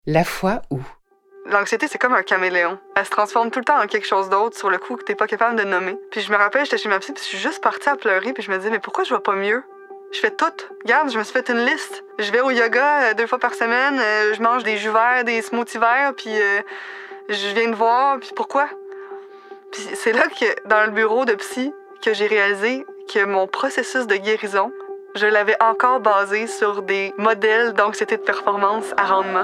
La fois où. L'anxiété, c'est comme un caméléon. Elle se transforme tout le temps en quelque chose d'autre sur le coup que t'es pas capable de nommer. Puis je me rappelle, j'étais chez ma psy, puis je suis juste partie à pleurer, puis je me disais, mais pourquoi je vais pas mieux? Je fais tout. Regarde, je me suis fait une liste. Je vais au yoga 2 fois par semaine, je mange des jus verts, des smoothies verts, puis je viens de voir, puis pourquoi? Puis c'est là que, dans le bureau de psy, que j'ai réalisé que mon processus de guérison, je l'avais encore basé sur des modèles d'anxiété de performance à rendement.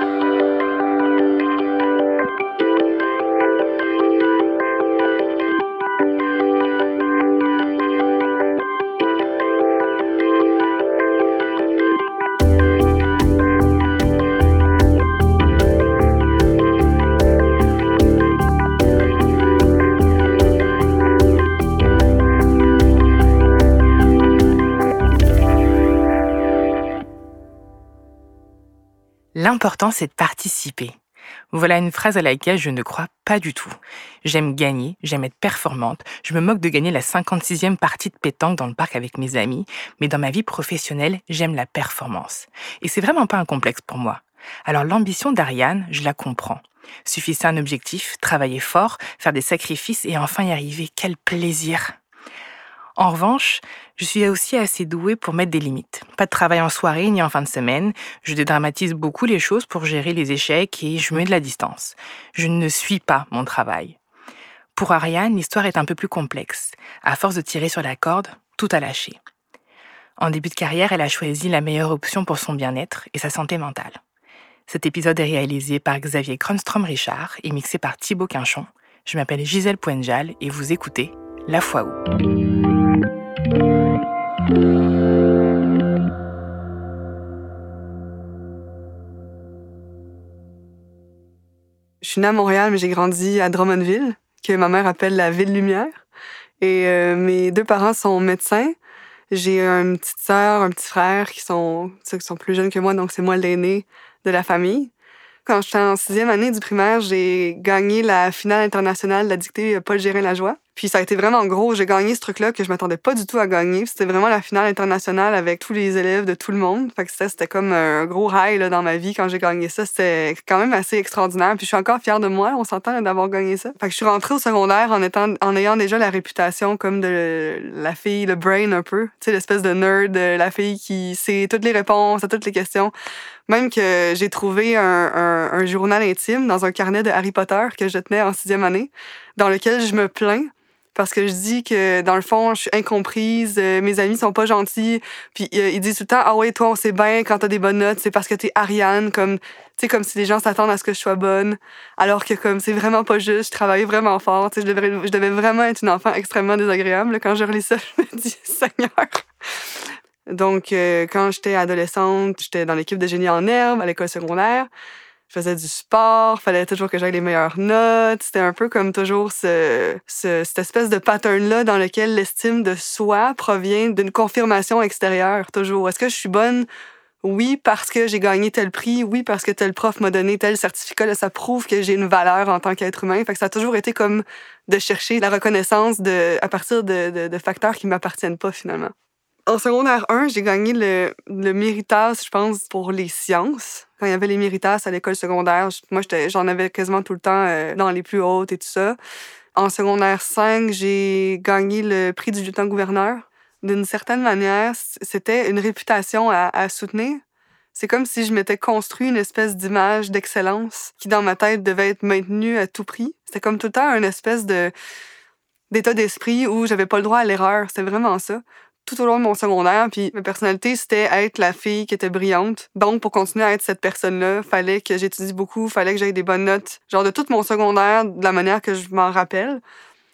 L'important, c'est de participer. Voilà une phrase à laquelle je ne crois pas du tout. J'aime gagner, j'aime être performante, je me moque de gagner la 56e partie de pétanque dans le parc avec mes amis, mais dans ma vie professionnelle, j'aime la performance. Et c'est vraiment pas un complexe pour moi. Alors l'ambition d'Ariane, je la comprends. Suffisait un objectif, travailler fort, faire des sacrifices et enfin y arriver. Quel plaisir! En revanche, je suis aussi assez douée pour mettre des limites. Pas de travail en soirée ni en fin de semaine. Je dédramatise beaucoup les choses pour gérer les échecs et je mets de la distance. Je ne suis pas mon travail. Pour Ariane, l'histoire est un peu plus complexe. À force de tirer sur la corde, tout a lâché. En début de carrière, elle a choisi la meilleure option pour son bien-être et sa santé mentale. Cet épisode est réalisé par Xavier Cronstrom-Richard et mixé par Thibaut Quinchon. Je m'appelle Gisèle Poenjal et vous écoutez La fois où. Je suis née à Montréal, mais j'ai grandi à Drummondville, que ma mère appelle la Ville-Lumière. Et mes 2 parents sont médecins. J'ai une petite sœur, un petit frère qui sont plus jeunes que moi, donc c'est moi l'aîné de la famille. Quand j'étais en 6e année du primaire, j'ai gagné la finale internationale de la dictée Paul Gérin-Lajoie. Puis ça a été vraiment gros. J'ai gagné ce truc-là que je m'attendais pas du tout à gagner. C'était vraiment la finale internationale avec tous les élèves de tout le monde. Fait que c'était comme un gros high là, dans ma vie quand j'ai gagné ça. C'était quand même assez extraordinaire. Puis je suis encore fière de moi, on s'entend là, d'avoir gagné ça. Fait que je suis rentrée au secondaire en ayant déjà la réputation comme de la fille, le brain un peu. Tu sais, l'espèce de nerd, la fille qui sait toutes les réponses à toutes les questions. Même que j'ai trouvé un journal intime dans un carnet de Harry Potter que je tenais en 6e année, dans lequel je me plains parce que je dis que, dans le fond, je suis incomprise, mes amis sont pas gentils, puis ils disent tout le temps « Ah ouais, toi, on sait bien quand t'as des bonnes notes, c'est parce que t'es Ariane », comme, tu sais, comme si les gens s'attendent à ce que je sois bonne, alors que, comme, c'est vraiment pas juste, je travaille vraiment fort, tu sais, je devais vraiment être une enfant extrêmement désagréable. Là, quand je relis ça, je me dis « Seigneur ». Donc, quand j'étais adolescente, j'étais dans l'équipe de génie en herbe à l'école secondaire. Je faisais du sport, fallait toujours que j'aille les meilleures notes. C'était un peu comme toujours cette espèce de pattern-là dans lequel l'estime de soi provient d'une confirmation extérieure, toujours. Est-ce que je suis bonne? Oui, parce que j'ai gagné tel prix. Oui, parce que tel prof m'a donné tel certificat. Là, ça prouve que j'ai une valeur en tant qu'être humain. Fait que ça a toujours été comme de chercher la reconnaissance à partir de facteurs qui m'appartiennent pas, finalement. En secondaire 1, j'ai gagné le Méritas, je pense, pour les sciences. Quand il y avait les Méritas à l'école secondaire, moi, j'en avais quasiment tout le temps dans les plus hautes et tout ça. En secondaire 5, j'ai gagné le prix du lieutenant-gouverneur. D'une certaine manière, c'était une réputation à soutenir. C'est comme si je m'étais construit une espèce d'image d'excellence qui, dans ma tête, devait être maintenue à tout prix. C'était comme tout le temps une espèce d'état d'esprit où j'avais pas le droit à l'erreur. C'était vraiment ça. Tout au long de mon secondaire, puis ma personnalité, c'était être la fille qui était brillante. Donc, pour continuer à être cette personne-là, fallait que j'étudie beaucoup, fallait que j'aie des bonnes notes. Genre, de tout mon secondaire, de la manière que je m'en rappelle,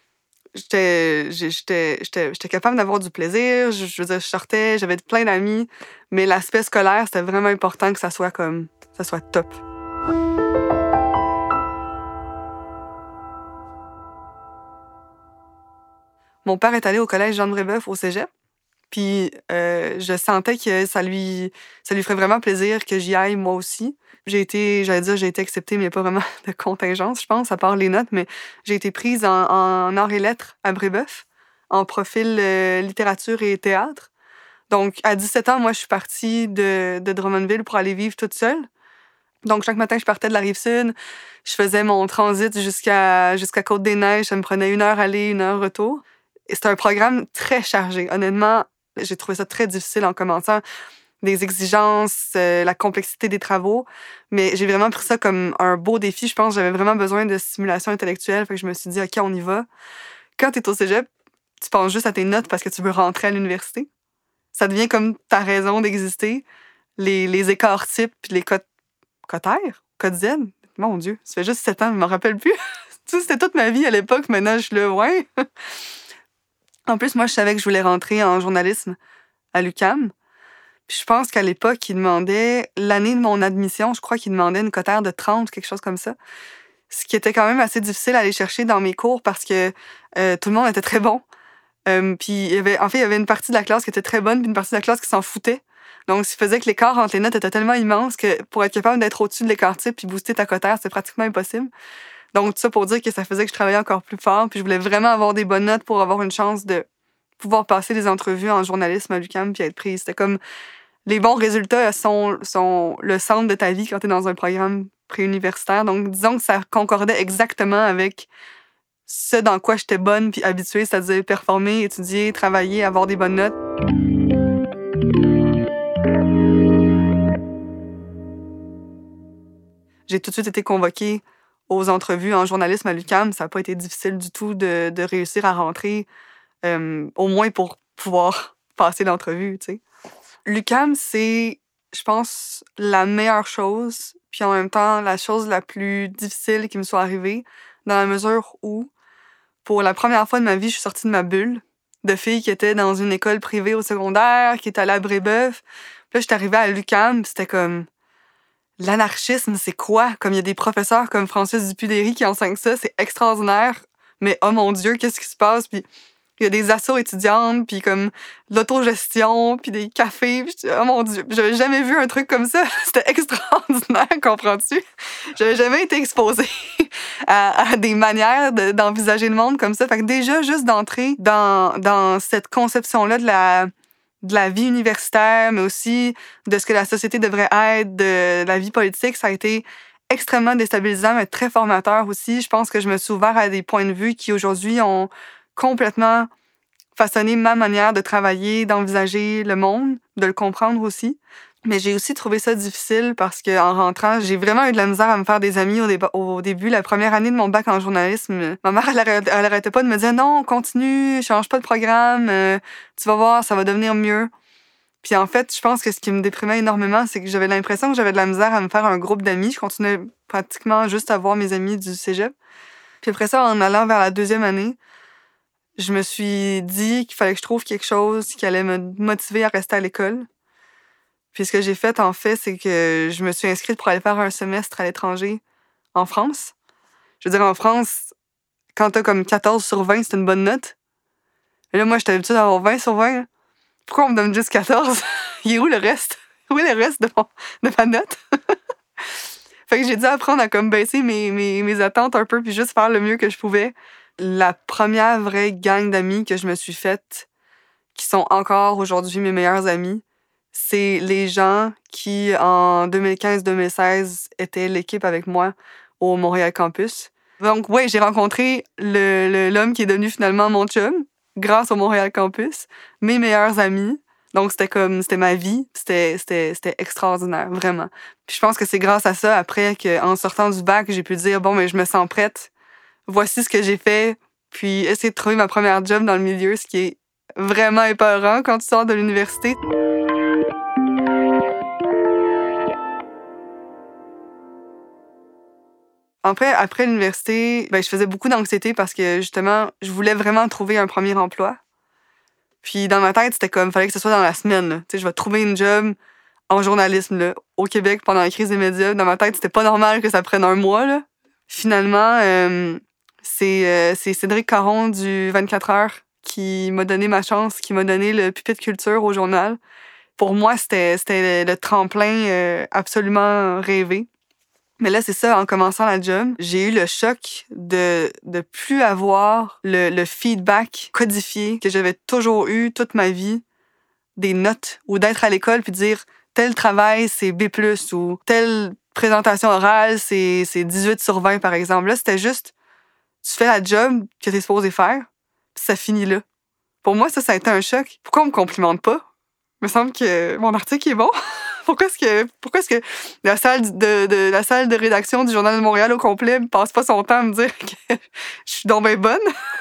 j'étais capable d'avoir du plaisir. Je veux dire, je sortais, j'avais plein d'amis, mais l'aspect scolaire, c'était vraiment important que ça soit top. Mon père est allé au collège Jean de Brébeuf au cégep. Puis je sentais que ça lui ferait vraiment plaisir que j'y aille moi aussi. J'ai été acceptée, mais il n'y a pas vraiment de contingence, je pense, à part les notes, mais j'ai été prise en arts et lettres à Brébeuf, en profil littérature et théâtre. Donc, à 17 ans, moi, je suis partie de Drummondville pour aller vivre toute seule. Donc, chaque matin, je partais de la Rive-Sud. Je faisais mon transit jusqu'à Côte-des-Neiges. Ça me prenait 1 heure aller, 1 heure retour. Et c'était un programme très chargé. Honnêtement, j'ai trouvé ça très difficile en commençant. Des exigences, la complexité des travaux. Mais j'ai vraiment pris ça comme un beau défi. Je pense que j'avais vraiment besoin de stimulation intellectuelle. Fait que je me suis dit, OK, on y va. Quand tu es au cégep, tu penses juste à tes notes parce que tu veux rentrer à l'université. Ça devient comme ta raison d'exister. Les écarts types puis les cotères, code Z. Mon Dieu, ça fait juste 7 ans, je me rappelle plus. Tu sais, c'était toute ma vie à l'époque. Maintenant, je suis là, ouais. En plus, moi, je savais que je voulais rentrer en journalisme à l'UQAM. Puis je pense qu'à l'époque, ils demandaient, l'année de mon admission, je crois qu'ils demandaient une cotère de 30, quelque chose comme ça. Ce qui était quand même assez difficile à aller chercher dans mes cours parce que tout le monde était très bon. Puis il y avait une partie de la classe qui était très bonne puis une partie de la classe qui s'en foutait. Donc, ce qui faisait que l'écart entre les notes était tellement immense que pour être capable d'être au-dessus de l'écart type puis booster ta cotère, c'était pratiquement impossible. Donc, tout ça pour dire que ça faisait que je travaillais encore plus fort puis je voulais vraiment avoir des bonnes notes pour avoir une chance de pouvoir passer des entrevues en journalisme à l'UQAM puis être prise. C'était comme les bons résultats sont le centre de ta vie quand tu es dans un programme préuniversitaire. Donc, disons que ça concordait exactement avec ce dans quoi j'étais bonne puis habituée, c'est-à-dire performer, étudier, travailler, avoir des bonnes notes. J'ai tout de suite été convoquée aux entrevues en journalisme à l'UQAM. Ça n'a pas été difficile du tout de réussir à rentrer, au moins pour pouvoir passer l'entrevue, tu sais. L'UQAM, c'est, je pense, la meilleure chose, puis en même temps, la chose la plus difficile qui me soit arrivée, dans la mesure où, pour la première fois de ma vie, je suis sortie de ma bulle de filles qui étaient dans une école privée au secondaire, qui étaient allées à Brébeuf. Puis là, je suis arrivée à l'UQAM, puis c'était comme... L'anarchisme, c'est quoi? Comme il y a des professeurs comme Francis Dupuy-Déry qui enseignent ça, c'est extraordinaire. Mais oh mon Dieu, qu'est-ce qui se passe? Puis il y a des assos étudiantes, puis comme l'autogestion, puis des cafés. Puis oh mon Dieu, j'avais jamais vu un truc comme ça. C'était extraordinaire, comprends-tu? J'avais jamais été exposée à des manières d'envisager le monde comme ça. Fait que déjà, juste d'entrer dans cette conception-là de la vie universitaire, mais aussi de ce que la société devrait être, de la vie politique, ça a été extrêmement déstabilisant, mais très formateur aussi. Je pense que je me suis ouvert à des points de vue qui, aujourd'hui, ont complètement façonné ma manière de travailler, d'envisager le monde, de le comprendre aussi. Mais j'ai aussi trouvé ça difficile parce qu'en rentrant, j'ai vraiment eu de la misère à me faire des amis au début. La première année de mon bac en journalisme, ma mère, elle arrêtait pas de me dire « Non, continue, change pas de programme, tu vas voir, ça va devenir mieux. » Puis en fait, je pense que ce qui me déprimait énormément, c'est que j'avais l'impression que j'avais de la misère à me faire un groupe d'amis. Je continuais pratiquement juste à voir mes amis du cégep. Puis après ça, en allant vers la 2e année, je me suis dit qu'il fallait que je trouve quelque chose qui allait me motiver à rester à l'école. Puis ce que j'ai fait, en fait, c'est que je me suis inscrite pour aller faire un semestre à l'étranger en France. Je veux dire, en France, quand t'as comme 14 sur 20, c'est une bonne note. Et là, moi, j'étais habituée d'avoir 20 sur 20. Là. Pourquoi on me donne juste 14? Il est où le reste? Où est le reste de ma note? Fait que j'ai dû apprendre à comme baisser mes attentes un peu puis juste faire le mieux que je pouvais. La première vraie gang d'amis que je me suis faite, qui sont encore aujourd'hui mes meilleurs amis, c'est les gens qui, en 2015-2016, étaient l'équipe avec moi au Montréal Campus. Donc, ouais, j'ai rencontré l'homme qui est devenu finalement mon chum, grâce au Montréal Campus, mes meilleurs amis. Donc, c'était ma vie. C'était extraordinaire, vraiment. Puis je pense que c'est grâce à ça, après, qu'en sortant du bac, j'ai pu dire, bon, mais je me sens prête. Voici ce que j'ai fait. Puis essayer de trouver ma première job dans le milieu, ce qui est vraiment épeurant quand tu sors de l'université. Après l'université, je faisais beaucoup d'anxiété parce que, justement, je voulais vraiment trouver un premier emploi. Puis dans ma tête, c'était comme, fallait que ce soit dans la semaine. Tu sais, je vais trouver une job en journalisme là, au Québec pendant la crise des médias. Dans ma tête, c'était pas normal que ça prenne un mois. Là. Finalement, c'est Cédric Caron du 24 heures qui m'a donné ma chance, qui m'a donné le pupitre culture au journal. Pour moi, c'était le tremplin absolument rêvé. Mais là, c'est ça, en commençant la job, j'ai eu le choc de plus avoir le feedback codifié que j'avais toujours eu toute ma vie, des notes, ou d'être à l'école puis dire tel travail, c'est B+, ou tel présentation orale, c'est 18 sur 20, par exemple. Là, c'était juste, tu fais la job que t'es supposé faire, puis ça finit là. Pour moi, ça a été un choc. Pourquoi on me complimente pas? Il me semble que mon article est bon. Pourquoi est-ce que la salle de rédaction du Journal de Montréal au complet ne passe pas son temps à me dire que je suis donc bien bonne?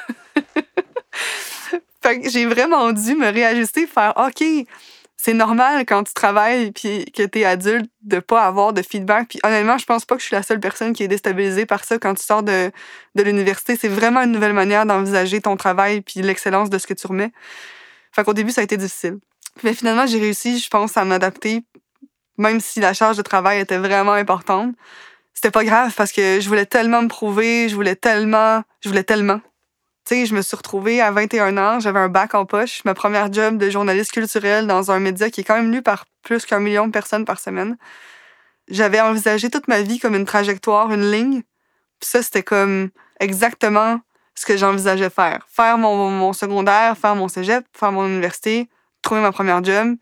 Fait que j'ai vraiment dû me réajuster, faire OK, c'est normal quand tu travailles puis que t'es adulte de pas avoir de feedback. Puis honnêtement, je pense pas que je suis la seule personne qui est déstabilisée par ça quand tu sors de l'université. C'est vraiment une nouvelle manière d'envisager ton travail puis l'excellence de ce que tu remets. Fait qu'au début, ça a été difficile. Mais finalement, j'ai réussi, je pense, à m'adapter, même si la charge de travail était vraiment importante. C'était pas grave parce que je voulais tellement me prouver, je voulais tellement. Tu sais, je me suis retrouvée à 21 ans, j'avais un bac en poche, ma première job de journaliste culturel dans un média qui est quand même lu par plus qu'1 million de personnes par semaine. J'avais envisagé toute ma vie comme une trajectoire, une ligne. Puis ça, c'était comme exactement ce que j'envisageais faire. Faire mon secondaire, faire mon cégep, faire mon université, trouver ma première job,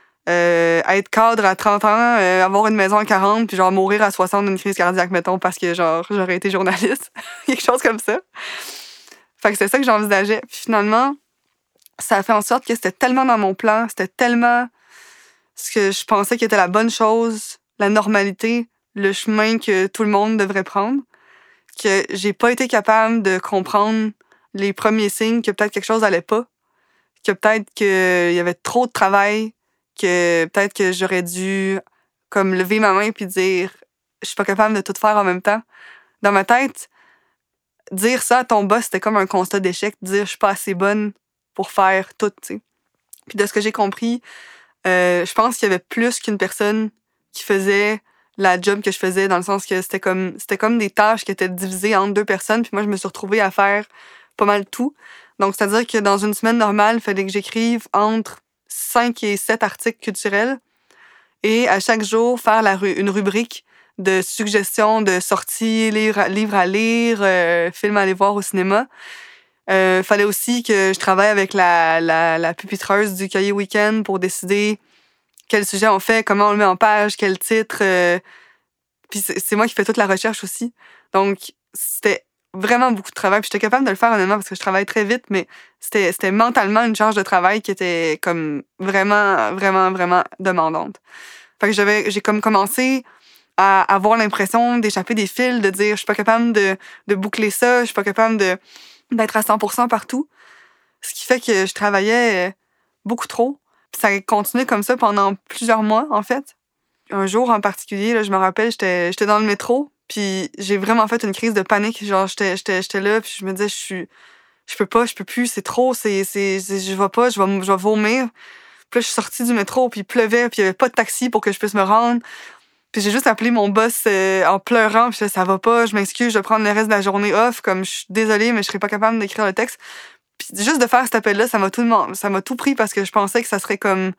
être cadre à 30 ans, avoir une maison à 40, puis genre mourir à 60 d'une crise cardiaque, mettons, parce que genre j'aurais été journaliste. Quelque chose comme ça. Fait que c'était ça que j'envisageais. Puis finalement, ça a fait en sorte que c'était tellement dans mon plan, c'était tellement ce que je pensais qui était la bonne chose, la normalité, le chemin que tout le monde devrait prendre, que j'ai pas été capable de comprendre les premiers signes que peut-être quelque chose allait pas, que peut-être qu'il y avait trop de travail, que peut-être que j'aurais dû comme lever ma main puis dire je suis pas capable de tout faire en même temps. Dans ma tête, dire ça à ton boss, c'était comme un constat d'échec, dire je suis pas assez bonne pour faire tout, tu sais. Puis de ce que j'ai compris, je pense qu'il y avait plus qu'une personne qui faisait la job que je faisais, dans le sens que c'était comme des tâches qui étaient divisées entre 2 personnes, puis moi je me suis retrouvée à faire pas mal tout. Donc c'est-à-dire que dans une semaine normale, il fallait que j'écrive entre 5 et 7 articles culturels et à chaque jour faire une rubrique de suggestions de sorties, livres à lire, films à aller voir au cinéma. Fallait aussi que je travaille avec la pupitreuse du cahier week-end pour décider quel sujet on fait, comment on le met en page, quel titre. Puis c'est moi qui fais toute la recherche aussi. Donc, c'était vraiment beaucoup de travail. Puis j'étais capable de le faire honnêtement parce que je travaille très vite, mais c'était mentalement une charge de travail qui était comme vraiment, vraiment, vraiment demandante. Fait que j'ai comme commencé à avoir l'impression d'échapper des fils, de dire je suis pas capable de boucler ça, je suis pas capable d'être à 100% partout. Ce qui fait que je travaillais beaucoup trop. Puis ça a continué comme ça pendant plusieurs mois, en fait. Un jour en particulier, là, je me rappelle, j'étais dans le métro, puis j'ai vraiment fait une crise de panique. Genre, j'étais là, puis je me disais, je peux plus, c'est trop, je vais pas, je vais vomir. Puis là, je suis sortie du métro, puis il pleuvait, puis il y avait pas de taxi pour que je puisse me rendre. Puis j'ai juste appelé mon boss en pleurant, puis je disais, ça va pas, je m'excuse, je vais prendre le reste de la journée off, comme je suis désolée, mais je serais pas capable d'écrire le texte. Puis juste de faire cet appel-là, ça m'a tout pris parce que je pensais que ça serait comme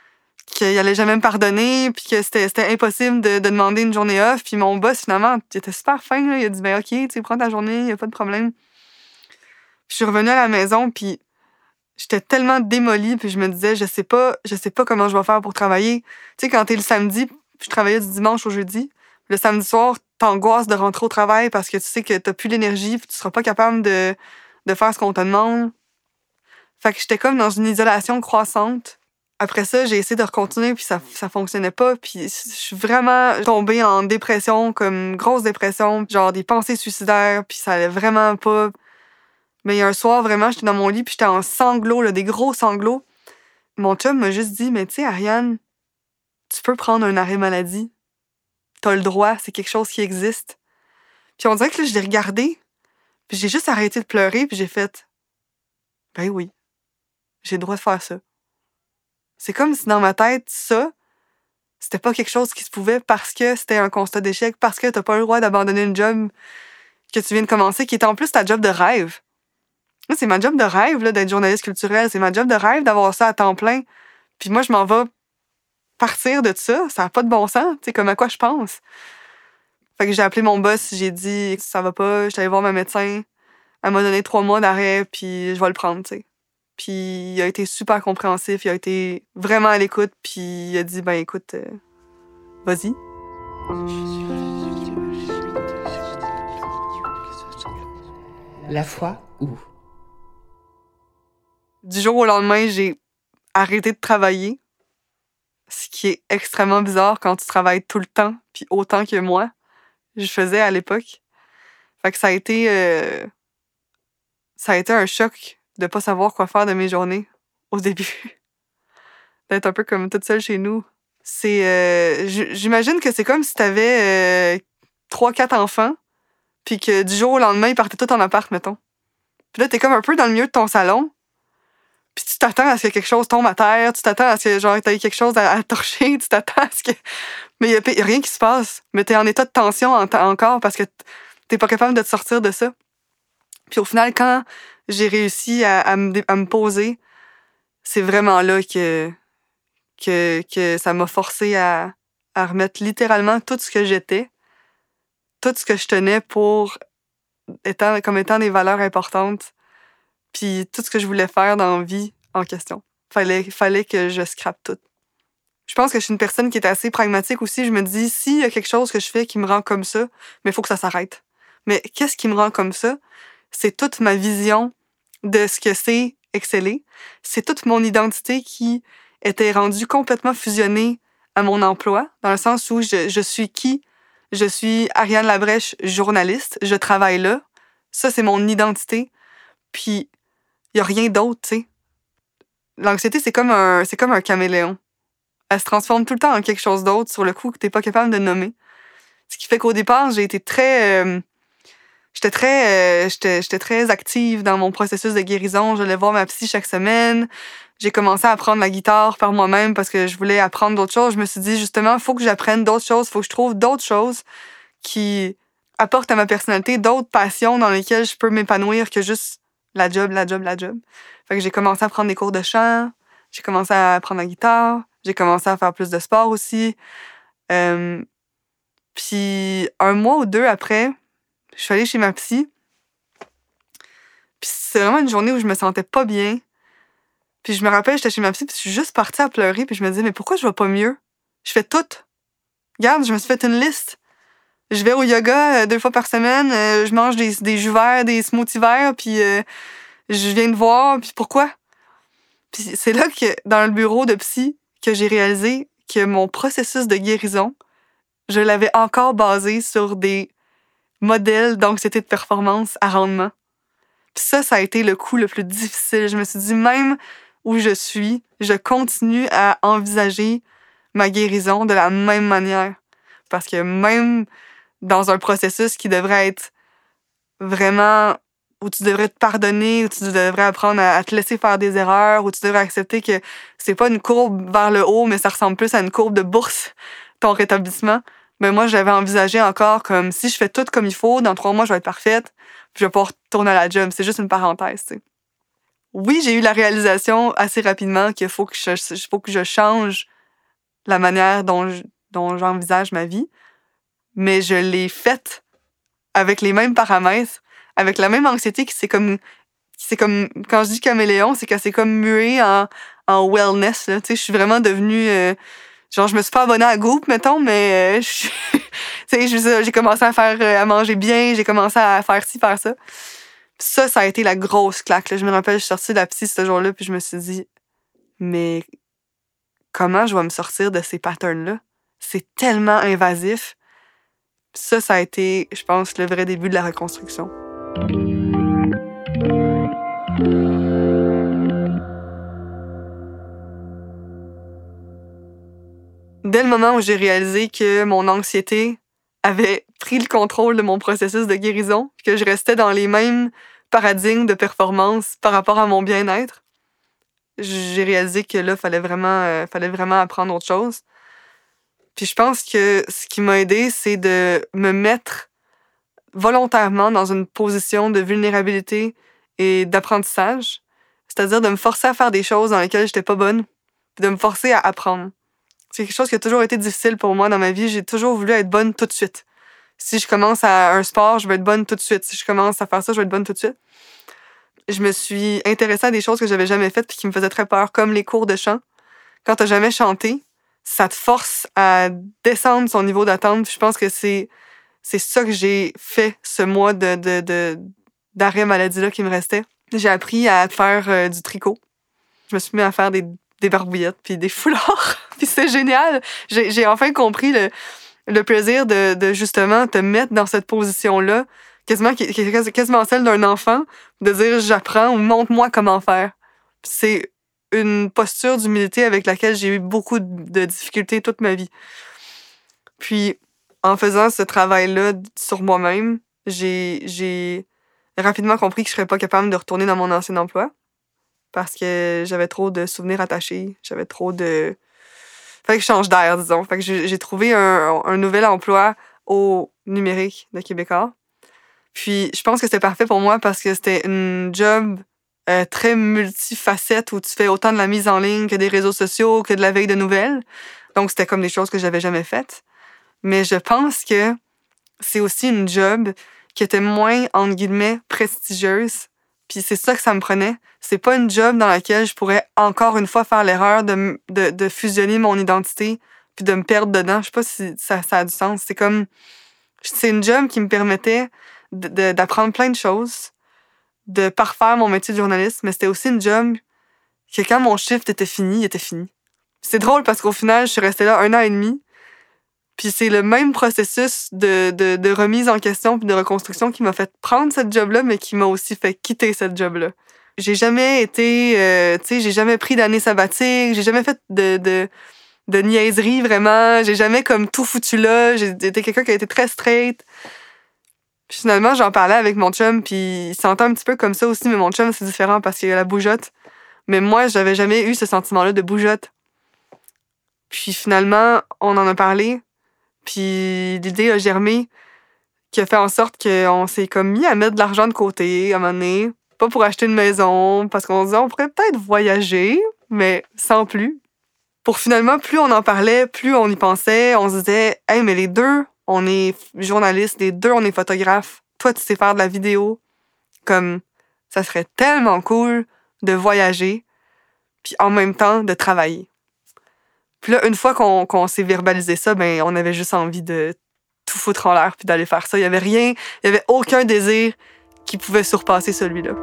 qu'il allait jamais me pardonner, puis que c'était impossible de demander une journée off. Puis mon boss, finalement, il était super fin, là. Il a dit, ben OK, tu sais, prends ta journée, y a pas de problème. Puis je suis revenue à la maison, puis j'étais tellement démolie, puis je me disais, je sais pas comment je vais faire pour travailler. Tu sais, quand t'es le samedi, puis je travaillais du dimanche au jeudi, le samedi soir, t'angoisses de rentrer au travail parce que tu sais que t'as plus l'énergie, puis tu seras pas capable de faire ce qu'on te demande. Fait que j'étais comme dans une isolation croissante. Après ça, j'ai essayé de recontinuer, puis ça fonctionnait pas. Puis je suis vraiment tombée en dépression, comme grosse dépression, genre des pensées suicidaires, puis ça allait vraiment pas. Mais il y a un soir, vraiment, j'étais dans mon lit, puis j'étais en sanglots, là, des gros sanglots. Mon chum m'a juste dit, mais tu sais, Ariane, tu peux prendre un arrêt maladie. T'as le droit, c'est quelque chose qui existe. Puis on dirait que là, je l'ai regardé, puis j'ai juste arrêté de pleurer, puis j'ai fait, ben oui, j'ai le droit de faire ça. C'est comme si dans ma tête, ça, c'était pas quelque chose qui se pouvait parce que c'était un constat d'échec, parce que t'as pas le droit d'abandonner une job que tu viens de commencer, qui est en plus ta job de rêve. Moi, c'est ma job de rêve, là, d'être journaliste culturel. C'est ma job de rêve d'avoir ça à temps plein. Puis moi, je m'en vais partir de ça. Ça n'a pas de bon sens. Tu sais, comme à quoi je pense. Fait que j'ai appelé mon boss, j'ai dit ça va pas, j'étais allée voir ma médecin. Elle m'a donné 3 mois d'arrêt, puis je vais le prendre, tu sais. Puis il a été super compréhensif, il a été vraiment à l'écoute, puis il a dit ben écoute, vas-y. La foi où? Du jour au lendemain, j'ai arrêté de travailler, ce qui est extrêmement bizarre quand tu travailles tout le temps, puis autant que moi, je faisais à l'époque. Fait que ça a été un choc de pas savoir quoi faire de mes journées au début. D'être un peu comme toute seule chez nous. J'imagine que c'est comme si t'avais 3-4 enfants, puis que du jour au lendemain, ils partaient tous en appart, mettons. Puis là, t'es comme un peu dans le milieu de ton salon, puis tu t'attends à ce que quelque chose tombe à terre, tu t'attends à ce que genre t'aies quelque chose à torcher, tu t'attends à ce que... Mais y a rien qui se passe. Mais t'es en état de tension encore parce que t'es pas capable de te sortir de ça. Puis au final, quand j'ai réussi à me poser, c'est vraiment là que ça m'a forcé à remettre littéralement tout ce que j'étais, tout ce que je tenais comme étant des valeurs importantes, puis tout ce que je voulais faire dans la vie en question. Fallait que je scrape tout. Je pense que je suis une personne qui est assez pragmatique aussi. Je me dis, s'il y a quelque chose que je fais qui me rend comme ça, mais il faut que ça s'arrête. Mais qu'est-ce qui me rend comme ça? C'est toute ma vision de ce que c'est exceller. C'est toute mon identité qui était rendue complètement fusionnée à mon emploi, dans le sens où je suis qui? Je suis Ariane Labrèche, journaliste. Je travaille là. Ça, c'est mon identité. Puis, il n'y a rien d'autre, tu sais. L'anxiété, c'est comme un caméléon. Elle se transforme tout le temps en quelque chose d'autre sur le coup que t'es pas capable de nommer. Ce qui fait qu'au départ, j'étais très active dans mon processus de guérison. J'allais voir ma psy chaque semaine. J'ai commencé à apprendre la guitare par moi-même parce que je voulais apprendre d'autres choses. Je me suis dit, justement, il faut que j'apprenne d'autres choses. Il faut que je trouve d'autres choses qui apportent à ma personnalité, d'autres passions dans lesquelles je peux m'épanouir que juste la job. Fait que j'ai commencé à prendre des cours de chant. J'ai commencé à apprendre la guitare. J'ai commencé à faire plus de sport aussi. Puis 1 mois ou 2 après, je suis allée chez ma psy. Puis c'est vraiment une journée où je me sentais pas bien. Puis je me rappelle, j'étais chez ma psy, puis je suis juste partie à pleurer, puis je me disais, mais pourquoi je vais pas mieux? Je fais tout. Regarde, je me suis fait une liste. Je vais au yoga 2 fois par semaine, je mange des jus verts, des smoothies verts, puis je viens de voir, puis pourquoi? Puis c'est là que, dans le bureau de psy, que j'ai réalisé que mon processus de guérison, je l'avais encore basé sur des modèles d'anxiété de performance à rendement. Puis ça a été le coup le plus difficile. Je me suis dit, même où je suis, je continue à envisager ma guérison de la même manière. Parce que même dans un processus qui devrait être vraiment où tu devrais te pardonner, où tu devrais apprendre à te laisser faire des erreurs, où tu devrais accepter que c'est pas une courbe vers le haut, mais ça ressemble plus à une courbe de bourse, ton rétablissement. Mais moi, j'avais envisagé encore comme si je fais tout comme il faut, dans 3 mois, je vais être parfaite, puis je vais pouvoir retourner à la job. C'est juste une parenthèse, tu sais. Oui, j'ai eu la réalisation assez rapidement qu'il faut que je change la manière dont j'envisage ma vie, mais je l'ai faite avec les mêmes paramètres, avec la même anxiété qui c'est comme quand je dis caméléon, c'est que c'est comme mué en wellness, là. Tu sais, je suis vraiment devenue genre je me suis pas abonnée à Goop, mettons, mais tu sais, j'ai commencé à manger bien, j'ai commencé à faire ci, faire ça. Ça a été la grosse claque, là. Je me rappelle, je suis sortie de la psy ce jour-là, puis je me suis dit, mais comment je vais me sortir de ces patterns-là? C'est tellement invasif. Ça a été, je pense, le vrai début de la reconstruction. Dès le moment où j'ai réalisé que mon anxiété avait pris le contrôle de mon processus de guérison, que je restais dans les mêmes paradigmes de performance par rapport à mon bien-être, j'ai réalisé que là, fallait vraiment apprendre autre chose. Puis je pense que ce qui m'a aidé, c'est de me mettre volontairement dans une position de vulnérabilité et d'apprentissage, c'est-à-dire de me forcer à faire des choses dans lesquelles j'étais pas bonne, puis de me forcer à apprendre. C'est quelque chose qui a toujours été difficile pour moi dans ma vie. J'ai toujours voulu être bonne tout de suite. Si je commence à un sport, je vais être bonne tout de suite. Si je commence à faire ça, je vais être bonne tout de suite. Je me suis intéressée à des choses que j'avais jamais faites puis qui me faisaient très peur, comme les cours de chant. Quand t'as jamais chanté, ça te force à descendre son niveau d'attente. Puis je pense que c'est ça que j'ai fait ce mois d'arrêt maladie-là qui me restait. J'ai appris à faire du tricot. Je me suis mis à faire des barbouillettes puis des foulards. Puis c'est génial. J'ai enfin compris le plaisir de justement te mettre dans cette position-là, quasiment celle d'un enfant, de dire j'apprends ou montre-moi comment faire. Puis c'est une posture d'humilité avec laquelle j'ai eu beaucoup de difficultés toute ma vie. Puis en faisant ce travail-là sur moi-même, j'ai rapidement compris que je serais pas capable de retourner dans mon ancien emploi parce que j'avais trop de souvenirs attachés, j'avais trop de... Fait que je change d'air, disons. Fait que j'ai trouvé un nouvel emploi au numérique de Québécois. Puis je pense que c'était parfait pour moi parce que c'était une job très multifacette où tu fais autant de la mise en ligne que des réseaux sociaux, que de la veille de nouvelles. Donc c'était comme des choses que j'avais jamais faites. Mais je pense que c'est aussi une job qui était moins, entre guillemets, prestigieuse. Puis c'est ça que ça me prenait. C'est pas une job dans laquelle je pourrais encore une fois faire l'erreur de fusionner mon identité puis de me perdre dedans. Je sais pas si ça a du sens. C'est une job qui me permettait d'apprendre plein de choses, de parfaire mon métier de journaliste, mais c'était aussi une job que quand mon shift était fini, il était fini. C'est drôle parce qu'au final, je suis restée là 1 an et demi. Puis c'est le même processus de remise en question puis de reconstruction qui m'a fait prendre cette job-là, mais qui m'a aussi fait quitter cette job-là. J'ai jamais été... j'ai jamais pris d'année sabbatique, j'ai jamais fait de niaiserie, vraiment. J'ai jamais comme tout foutu là. J'ai été quelqu'un qui a été très straight. Puis finalement, j'en parlais avec mon chum, puis il s'entend un petit peu comme ça aussi, mais mon chum, c'est différent parce qu'il a la bougeotte. Mais moi, j'avais jamais eu ce sentiment-là de bougeotte. Puis finalement, on en a parlé, puis l'idée a germé, qui a fait en sorte qu'on s'est comme mis à mettre de l'argent de côté à un moment donné, pas pour acheter une maison, parce qu'on se disait on pourrait peut-être voyager, mais sans plus. Pour finalement, plus on en parlait, plus on y pensait, on se disait « Hey, mais les deux, on est journalistes, les deux, on est photographes. Toi, tu sais faire de la vidéo. » Comme, ça serait tellement cool de voyager, puis en même temps, de travailler. Puis là, une fois qu'on s'est verbalisé ça, ben on avait juste envie de tout foutre en l'air puis d'aller faire ça. Il y avait aucun désir qui pouvait surpasser celui-là.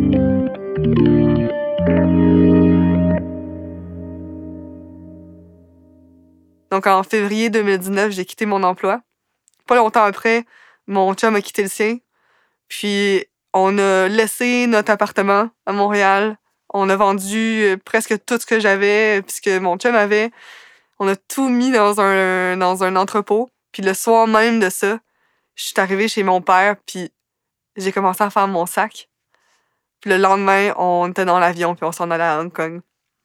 Donc, en février 2019, j'ai quitté mon emploi. Pas longtemps après, mon chum a quitté le sien. Puis, on a laissé notre appartement à Montréal. On a vendu presque tout ce que j'avais, puis ce que mon chum avait. On a tout mis dans un entrepôt. Puis le soir même de ça, je suis arrivée chez mon père, puis j'ai commencé à faire mon sac. Puis le lendemain, on était dans l'avion, puis on s'en allait à Hong Kong.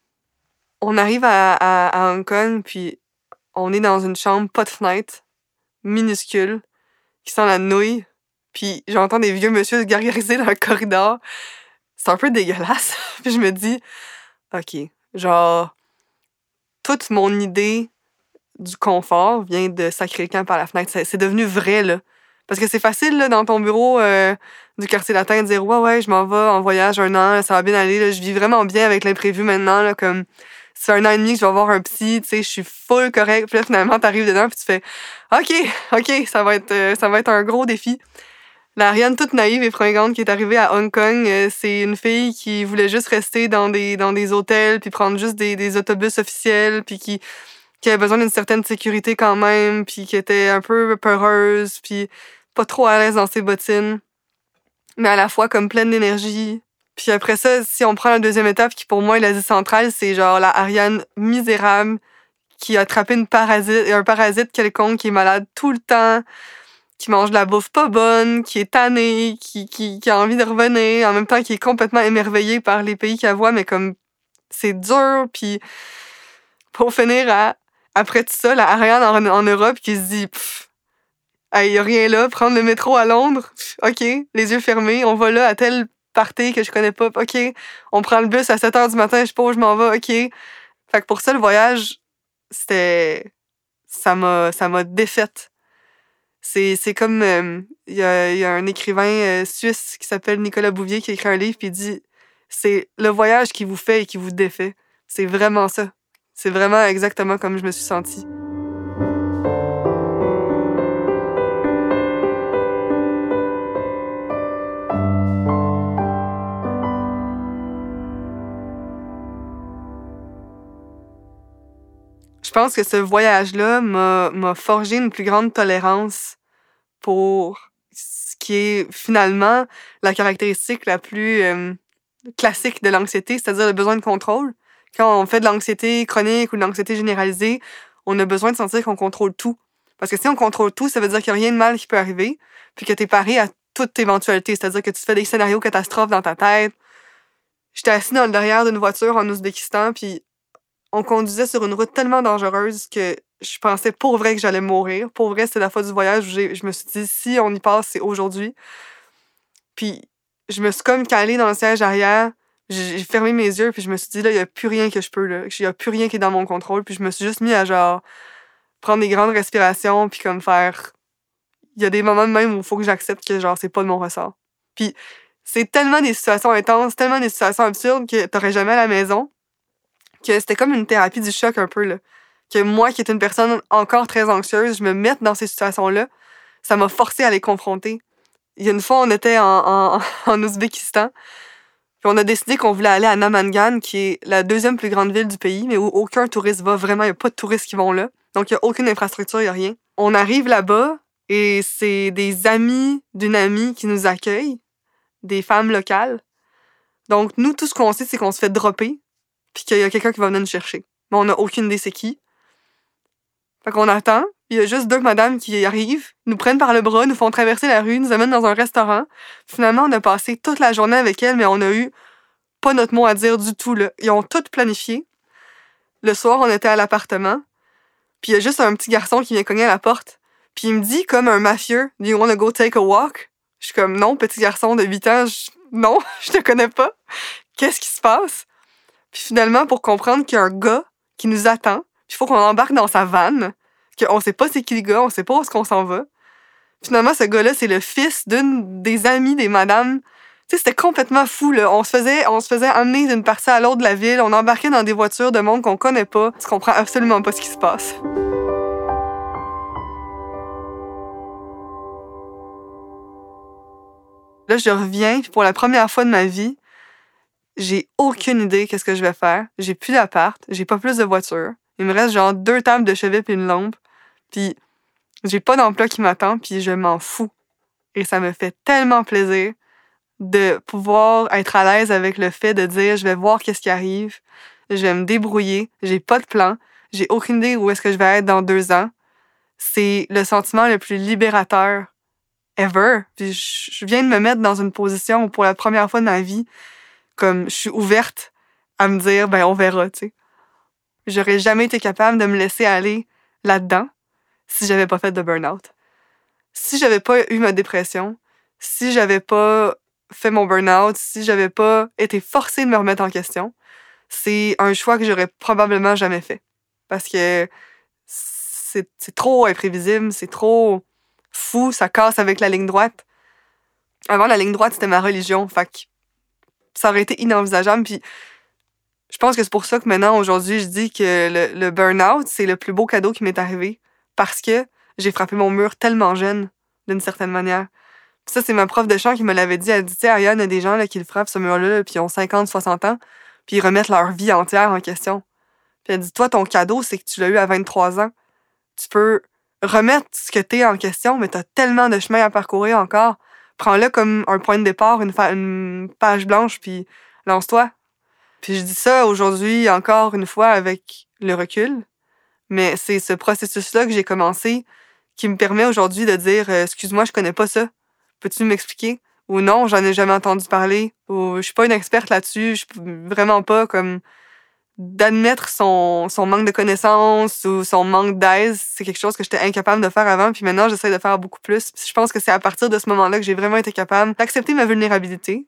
On arrive à Hong Kong, puis on est dans une chambre, pas de fenêtre, minuscule, qui sent la nouille. Puis j'entends des vieux monsieur se gargariser dans le corridor. C'est un peu dégueulasse. Puis je me dis, OK, genre, toute mon idée du confort vient de sacrer le camp par la fenêtre. C'est devenu vrai, là. Parce que c'est facile, là, dans ton bureau du quartier latin, de dire « Ouais, je m'en vais en voyage 1 an, ça va bien aller, là, je vis vraiment bien avec l'imprévu maintenant, là, comme... » Ça fait 1 an et demi que je vais avoir un psy, tu sais, je suis full correct. Puis là, finalement, t'arrives dedans, puis tu fais OK, ça va être un gros défi. La Ariane toute naïve et fringante qui est arrivée à Hong Kong, c'est une fille qui voulait juste rester dans des hôtels, puis prendre juste des autobus officiels, puis qui avait besoin d'une certaine sécurité quand même, puis qui était un peu peureuse, puis pas trop à l'aise dans ses bottines, mais à la fois comme pleine d'énergie. Puis après ça, si on prend la deuxième étape, qui pour moi est l'Asie centrale, c'est genre la Ariane misérable qui a attrapé un parasite quelconque, qui est malade tout le temps, qui mange de la bouffe pas bonne, qui est tannée, qui a envie de revenir, en même temps qui est complètement émerveillée par les pays qu'elle voit, mais comme c'est dur, puis pour finir après tout ça, la Ariane en Europe qui se dit il y a rien là, prendre le métro à Londres, OK, les yeux fermés, on va là à tel party que je connais pas, OK, on prend le bus à 7h du matin, je sais pas où je m'en vais, OK. Fait que pour ça, le voyage, ça m'a défaite. C'est comme, il y a un écrivain suisse qui s'appelle Nicolas Bouvier qui a écrit un livre puis il dit « C'est le voyage qui vous fait et qui vous défait. » C'est vraiment ça. C'est vraiment exactement comme je me suis sentie. Je pense que ce voyage-là m'a forgé une plus grande tolérance pour ce qui est finalement la caractéristique la plus classique de l'anxiété, c'est-à-dire le besoin de contrôle. Quand on fait de l'anxiété chronique ou de l'anxiété généralisée, on a besoin de sentir qu'on contrôle tout. Parce que si on contrôle tout, ça veut dire qu'il n'y a rien de mal qui peut arriver, puis que tu es paré à toute éventualité. C'est-à-dire que tu fais des scénarios catastrophes dans ta tête. J'étais assis dans le derrière d'une voiture en Ouzbékistan, puis on conduisait sur une route tellement dangereuse que je pensais pour vrai que j'allais mourir. Pour vrai, c'était la fois du voyage où je me suis dit, si on y passe, c'est aujourd'hui. Puis je me suis comme calée dans le siège arrière. J'ai fermé mes yeux, puis je me suis dit, là, il n'y a plus rien que je peux, là. Il n'y a plus rien qui est dans mon contrôle. Puis je me suis juste mis à, genre, prendre des grandes respirations, puis comme faire... Il y a des moments de même où il faut que j'accepte que, genre, c'est pas de mon ressort. Puis c'est tellement des situations intenses, tellement des situations absurdes que t'aurais jamais à la maison, que c'était comme une thérapie du choc un peu, là. Que moi, qui est une personne encore très anxieuse, je me mette dans ces situations-là, ça m'a forcé à les confronter. Il y a une fois, on était en Ouzbékistan, puis on a décidé qu'on voulait aller à Namangan, qui est la deuxième plus grande ville du pays, mais où aucun touriste va. Vraiment, il n'y a pas de touristes qui vont là. Donc, il n'y a aucune infrastructure, il n'y a rien. On arrive là-bas, et c'est des amis d'une amie qui nous accueillent, des femmes locales. Donc, nous, tout ce qu'on sait, c'est qu'on se fait dropper, puis qu'il y a quelqu'un qui va venir nous chercher. Mais on n'a aucune idée c'est qui. Fait qu'on attend. Il y a juste deux madames qui arrivent, nous prennent par le bras, nous font traverser la rue, nous amènent dans un restaurant. Finalement, on a passé toute la journée avec elles, mais on a eu pas notre mot à dire du tout, là. Ils ont tout planifié. Le soir, on était à l'appartement. Puis il y a juste un petit garçon qui vient cogner à la porte. Puis il me dit, comme un mafieux, « Do you wanna go take a walk? » Je suis comme, non, petit garçon de 8 ans, non, je te connais pas. Qu'est-ce qui se passe? Puis finalement, pour comprendre qu'il y a un gars qui nous attend, il faut qu'on embarque dans sa vanne, qu'on sait pas c'est qui le gars, on sait pas où est-ce qu'on s'en va. Finalement, ce gars-là, c'est le fils d'une des amies des madames. Tu sais, c'était complètement fou, là. On se faisait amener d'une partie à l'autre de la ville, on embarquait dans des voitures de monde qu'on connaît pas. Tu comprends absolument pas ce qui se passe. Là, je reviens, puis pour la première fois de ma vie, j'ai aucune idée qu'est-ce que je vais faire. J'ai plus d'appart, j'ai pas plus de voiture. Il me reste genre 2 tables de chevet puis une lampe. Puis j'ai pas d'emploi qui m'attend, puis je m'en fous. Et ça me fait tellement plaisir de pouvoir être à l'aise avec le fait de dire je vais voir qu'est-ce qui arrive, je vais me débrouiller, j'ai pas de plan, j'ai aucune idée où est-ce que je vais être dans 2 ans. C'est le sentiment le plus libérateur ever. Puis je viens de me mettre dans une position où pour la première fois de ma vie, comme je suis ouverte à me dire ben on verra, tu sais. J'aurais jamais été capable de me laisser aller là-dedans si j'avais pas fait de burn-out. Si j'avais pas eu ma dépression, si j'avais pas fait mon burn-out, si j'avais pas été forcée de me remettre en question, c'est un choix que j'aurais probablement jamais fait. Parce que c'est trop imprévisible, c'est trop fou, ça casse avec la ligne droite. Avant, la ligne droite, c'était ma religion, fait que ça aurait été inenvisageable, puis je pense que c'est pour ça que maintenant, aujourd'hui, je dis que le burn-out, c'est le plus beau cadeau qui m'est arrivé parce que j'ai frappé mon mur tellement jeune, d'une certaine manière. Puis ça, c'est ma prof de chant qui me l'avait dit. Elle dit, tu sais, Ariane, il y a des gens là, qui le frappent, ce mur-là, puis ils ont 50, 60 ans, puis ils remettent leur vie entière en question. Puis elle dit, toi, ton cadeau, c'est que tu l'as eu à 23 ans. Tu peux remettre ce que t'es en question, mais t'as tellement de chemin à parcourir encore. Prends-le comme un point de départ, une page blanche, puis lance-toi. Puis je dis ça aujourd'hui encore une fois avec le recul, mais c'est ce processus-là que j'ai commencé qui me permet aujourd'hui de dire excuse-moi, je connais pas ça. Peux-tu m'expliquer? Ou non, j'en ai jamais entendu parler. Ou je suis pas une experte là-dessus, je suis vraiment pas comme d'admettre son manque de connaissances ou son manque d'aise. C'est quelque chose que j'étais incapable de faire avant, puis maintenant j'essaie de faire beaucoup plus. Puis je pense que c'est à partir de ce moment-là que j'ai vraiment été capable d'accepter ma vulnérabilité.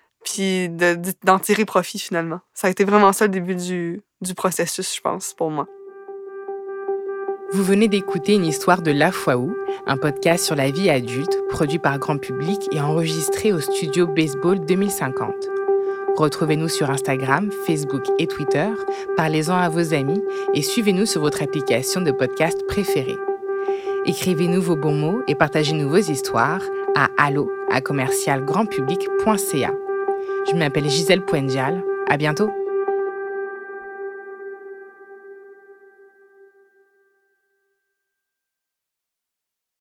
Puis d'en tirer profit, finalement. Ça a été vraiment ça le début du processus, je pense, pour moi. Vous venez d'écouter une histoire de La Fois Où, un podcast sur la vie adulte, produit par Grand Public et enregistré au studio Baseball 2050. Retrouvez-nous sur Instagram, Facebook et Twitter, parlez-en à vos amis et suivez-nous sur votre application de podcast préférée. Écrivez-nous vos bons mots et partagez-nous vos histoires à allo@commercialgrandpublic.ca. Je m'appelle Gisèle Poendial. À bientôt!